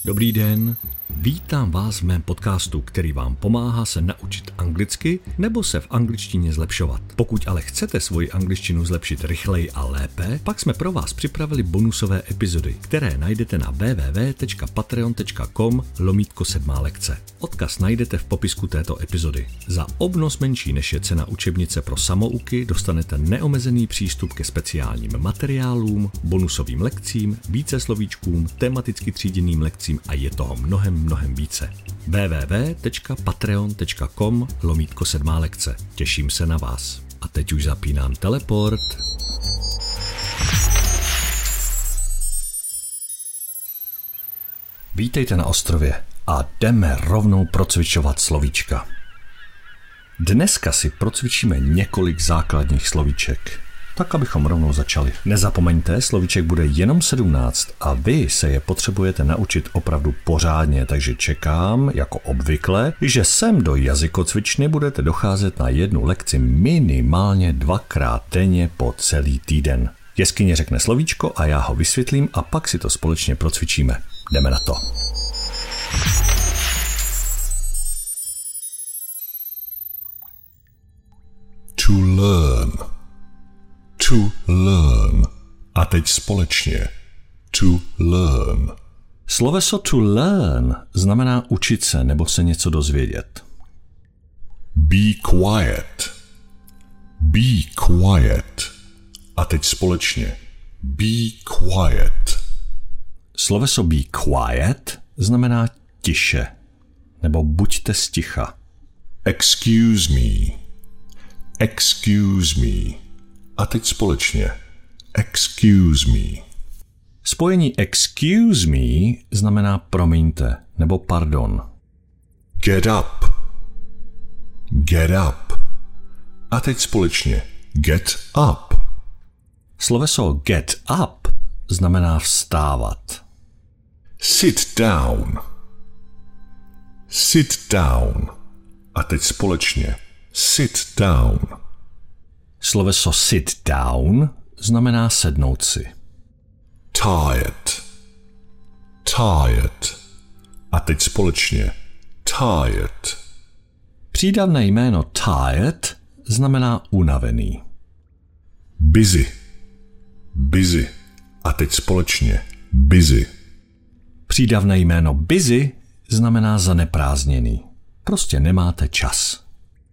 Dobrý den, vítám vás v mém podcastu, který vám pomáhá se naučit anglicky nebo se v angličtině zlepšovat. Pokud ale chcete svoji angličtinu zlepšit rychleji a lépe, pak jsme pro vás připravili bonusové epizody, které najdete na www.patreon.com/7 lekce. Odkaz najdete v popisku této epizody. Za obnos menší než je cena učebnice pro samouky dostanete neomezený přístup ke speciálním materiálům, bonusovým lekcím, více slovíčkům, tematicky tříděným lekcím a je toho mnohem více. www.patreon.com/7 lekce. Těším se na vás. A teď už zapínám teleport. Vítejte na ostrově a jdeme rovnou procvičovat slovíčka. Dneska si procvičíme několik základních slovíček, tak abychom rovnou začali. Nezapomeňte, slovíček bude jenom 17 a vy se je potřebujete naučit opravdu pořádně, takže čekám, jako obvykle, že sem do jazykocvičny budete docházet na jednu lekci minimálně 2krát denně po celý týden. Jeskyně řekne slovíčko a já ho vysvětlím a pak si to společně procvičíme. Jdeme na to. To learn. To learn. A teď společně. To learn. Sloveso to learn znamená učit se nebo se něco dozvědět. Be quiet. Be quiet. A teď společně. Be quiet. Sloveso be quiet znamená tiše nebo buďte sticha. Excuse me. Excuse me. A teď společně. Excuse me. Spojení excuse me znamená promiňte nebo pardon. Get up. Get up. A teď společně. Get up. Sloveso get up znamená vstávat. Sit down. Sit down. A teď společně. Sit down. Sloveso sit down znamená sednout si. Tired. Tired. A teď společně. Tired. Přídavné jméno tired znamená unavený. Busy. Busy. A teď společně. Busy. Přídavné jméno busy znamená zaneprázdněný. Prostě nemáte čas.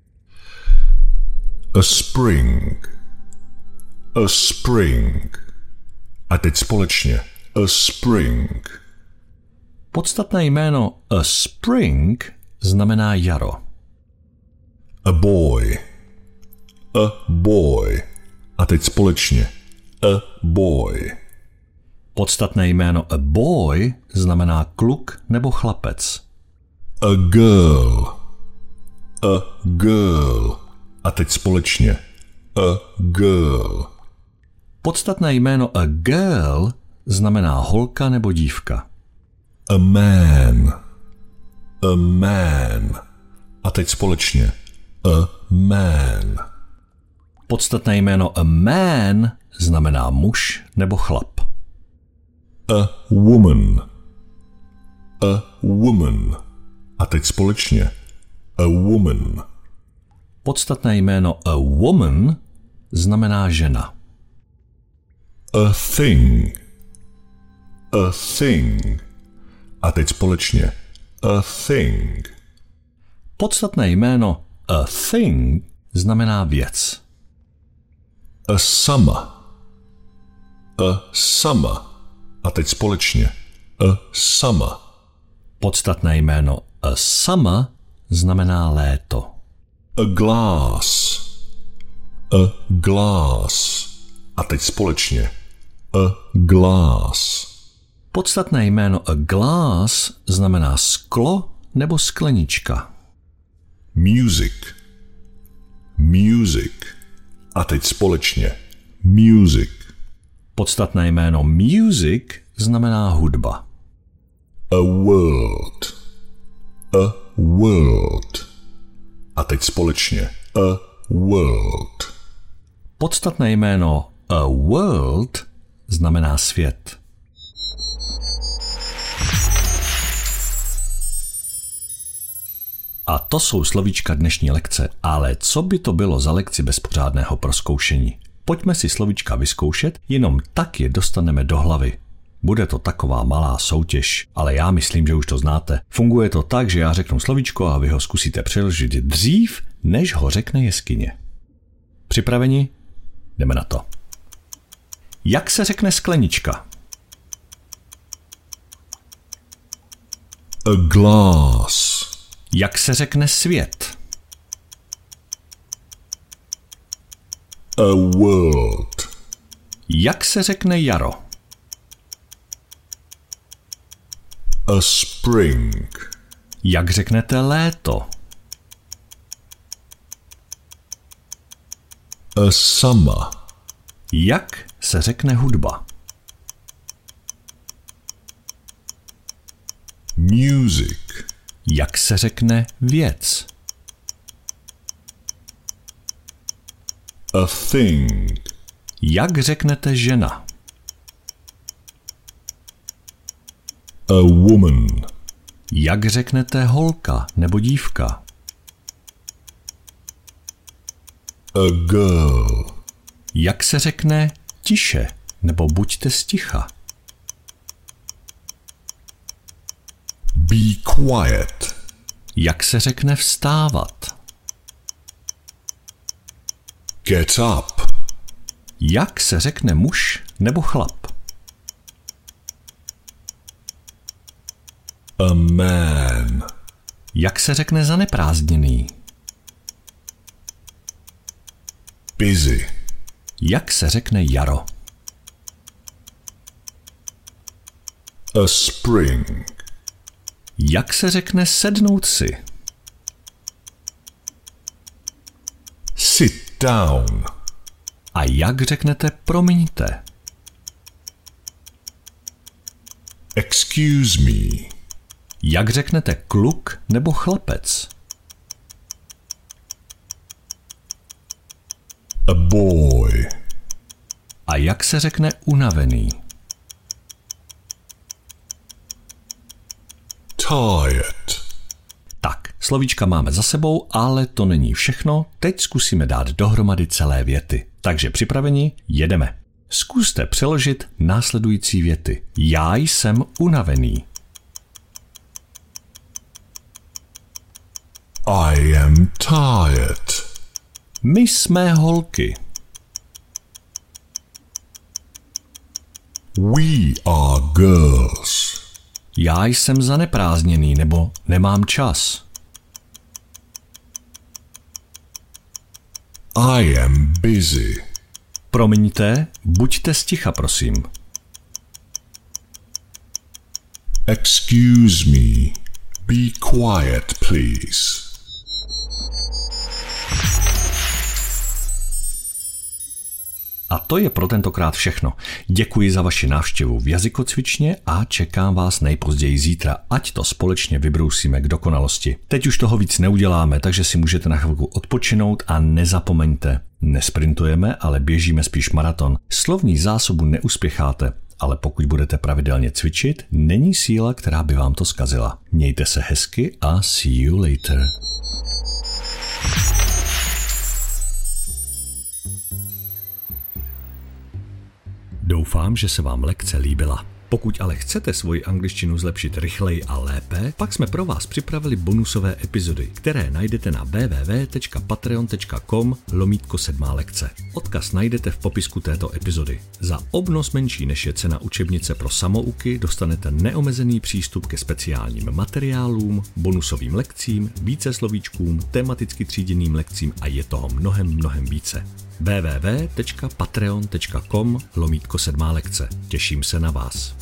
A spring. A spring. A teď společně. A spring. Podstatné jméno a spring znamená jaro. A boy. A boy. A teď společně. A boy. Podstatné jméno a boy znamená kluk nebo chlapec. A girl. A girl. A teď společně. A girl. Podstatné jméno a girl znamená holka nebo dívka. A man. A man. A teď společně. A man. Podstatné jméno a man znamená muž nebo chlap. A woman. A woman. A teď společně. A woman. Podstatné jméno a woman znamená žena. A thing. A thing. A teď společně. A thing. Podstatné jméno a thing znamená věc. A summer. A summer. A teď společně. A summer. Podstatné jméno a summer znamená léto. A glass. A glass. A teď společně. A glass. Podstatné jméno a glass znamená sklo nebo sklenička. Music. Music. A teď společně. Music. Podstatné jméno music znamená hudba. A world. A world. A teď společně. A world. Podstatné jméno a world znamená svět. A to jsou slovíčka dnešní lekce, ale co by to bylo za lekci bez pořádného prozkoušení? Pojďme si slovíčka vyzkoušet, jenom tak je dostaneme do hlavy. Bude to taková malá soutěž, ale já myslím, že už to znáte. Funguje to tak, že já řeknu slovíčko a vy ho zkusíte přeložit dřív, než ho řekne jeskyně. Připraveni? Jdeme na to. Jak se řekne sklenička? A glass. Jak se řekne svět? A world. Jak se řekne jaro? A spring. Jak řeknete léto? A summer. Jak se řekne hudba? Music. Jak se řekne věc? A thing. Jak řeknete žena? A woman. Jak řeknete holka nebo dívka? A girl. Jak se řekne tiše nebo buďte sticha? Be quiet. Jak se řekne vstávat? Get up. Jak se řekne muž nebo chlap? A man. Jak se řekne zaneprázdněný? Busy. Jak se řekne jaro? A spring. Jak se řekne sednout si? Sit down. A jak řeknete promiňte? Excuse me. Jak řeknete kluk nebo chlapec? A boy. A jak se řekne unavený? Tired. Tak, slovíčka máme za sebou, ale to není všechno. Teď zkusíme dát dohromady celé věty. Takže připraveni? Jedeme. Zkuste přeložit následující věty. Já jsem unavený. I am tired. My jsme holky. We are girls. Já jsem zaneprázdněný nebo nemám čas. I am busy. Promiňte, buďte sticha, prosím. Excuse me. Be quiet, please. A to je pro tentokrát všechno. Děkuji za vaši návštěvu v jazykocvičně a čekám vás nejpozději zítra, ať to společně vybrousíme k dokonalosti. Teď už toho víc neuděláme, takže si můžete na chvilku odpočinout a nezapomeňte, nesprintujeme, ale běžíme spíš maraton. Slovní zásobu neuspěcháte, ale pokud budete pravidelně cvičit, není síla, která by vám to zkazila. Mějte se hezky a see you later. Doufám, že se vám lekce líbila. Pokud ale chcete svoji angličtinu zlepšit rychleji a lépe, pak jsme pro vás připravili bonusové epizody, které najdete na www.patreon.com/7 lekce. Odkaz najdete v popisku této epizody. Za obnos menší než je cena učebnice pro samouky dostanete neomezený přístup ke speciálním materiálům, bonusovým lekcím, více slovíčkům, tematicky tříděným lekcím a je toho mnohem více. www.patreon.com/7 lekce. Těším se na vás.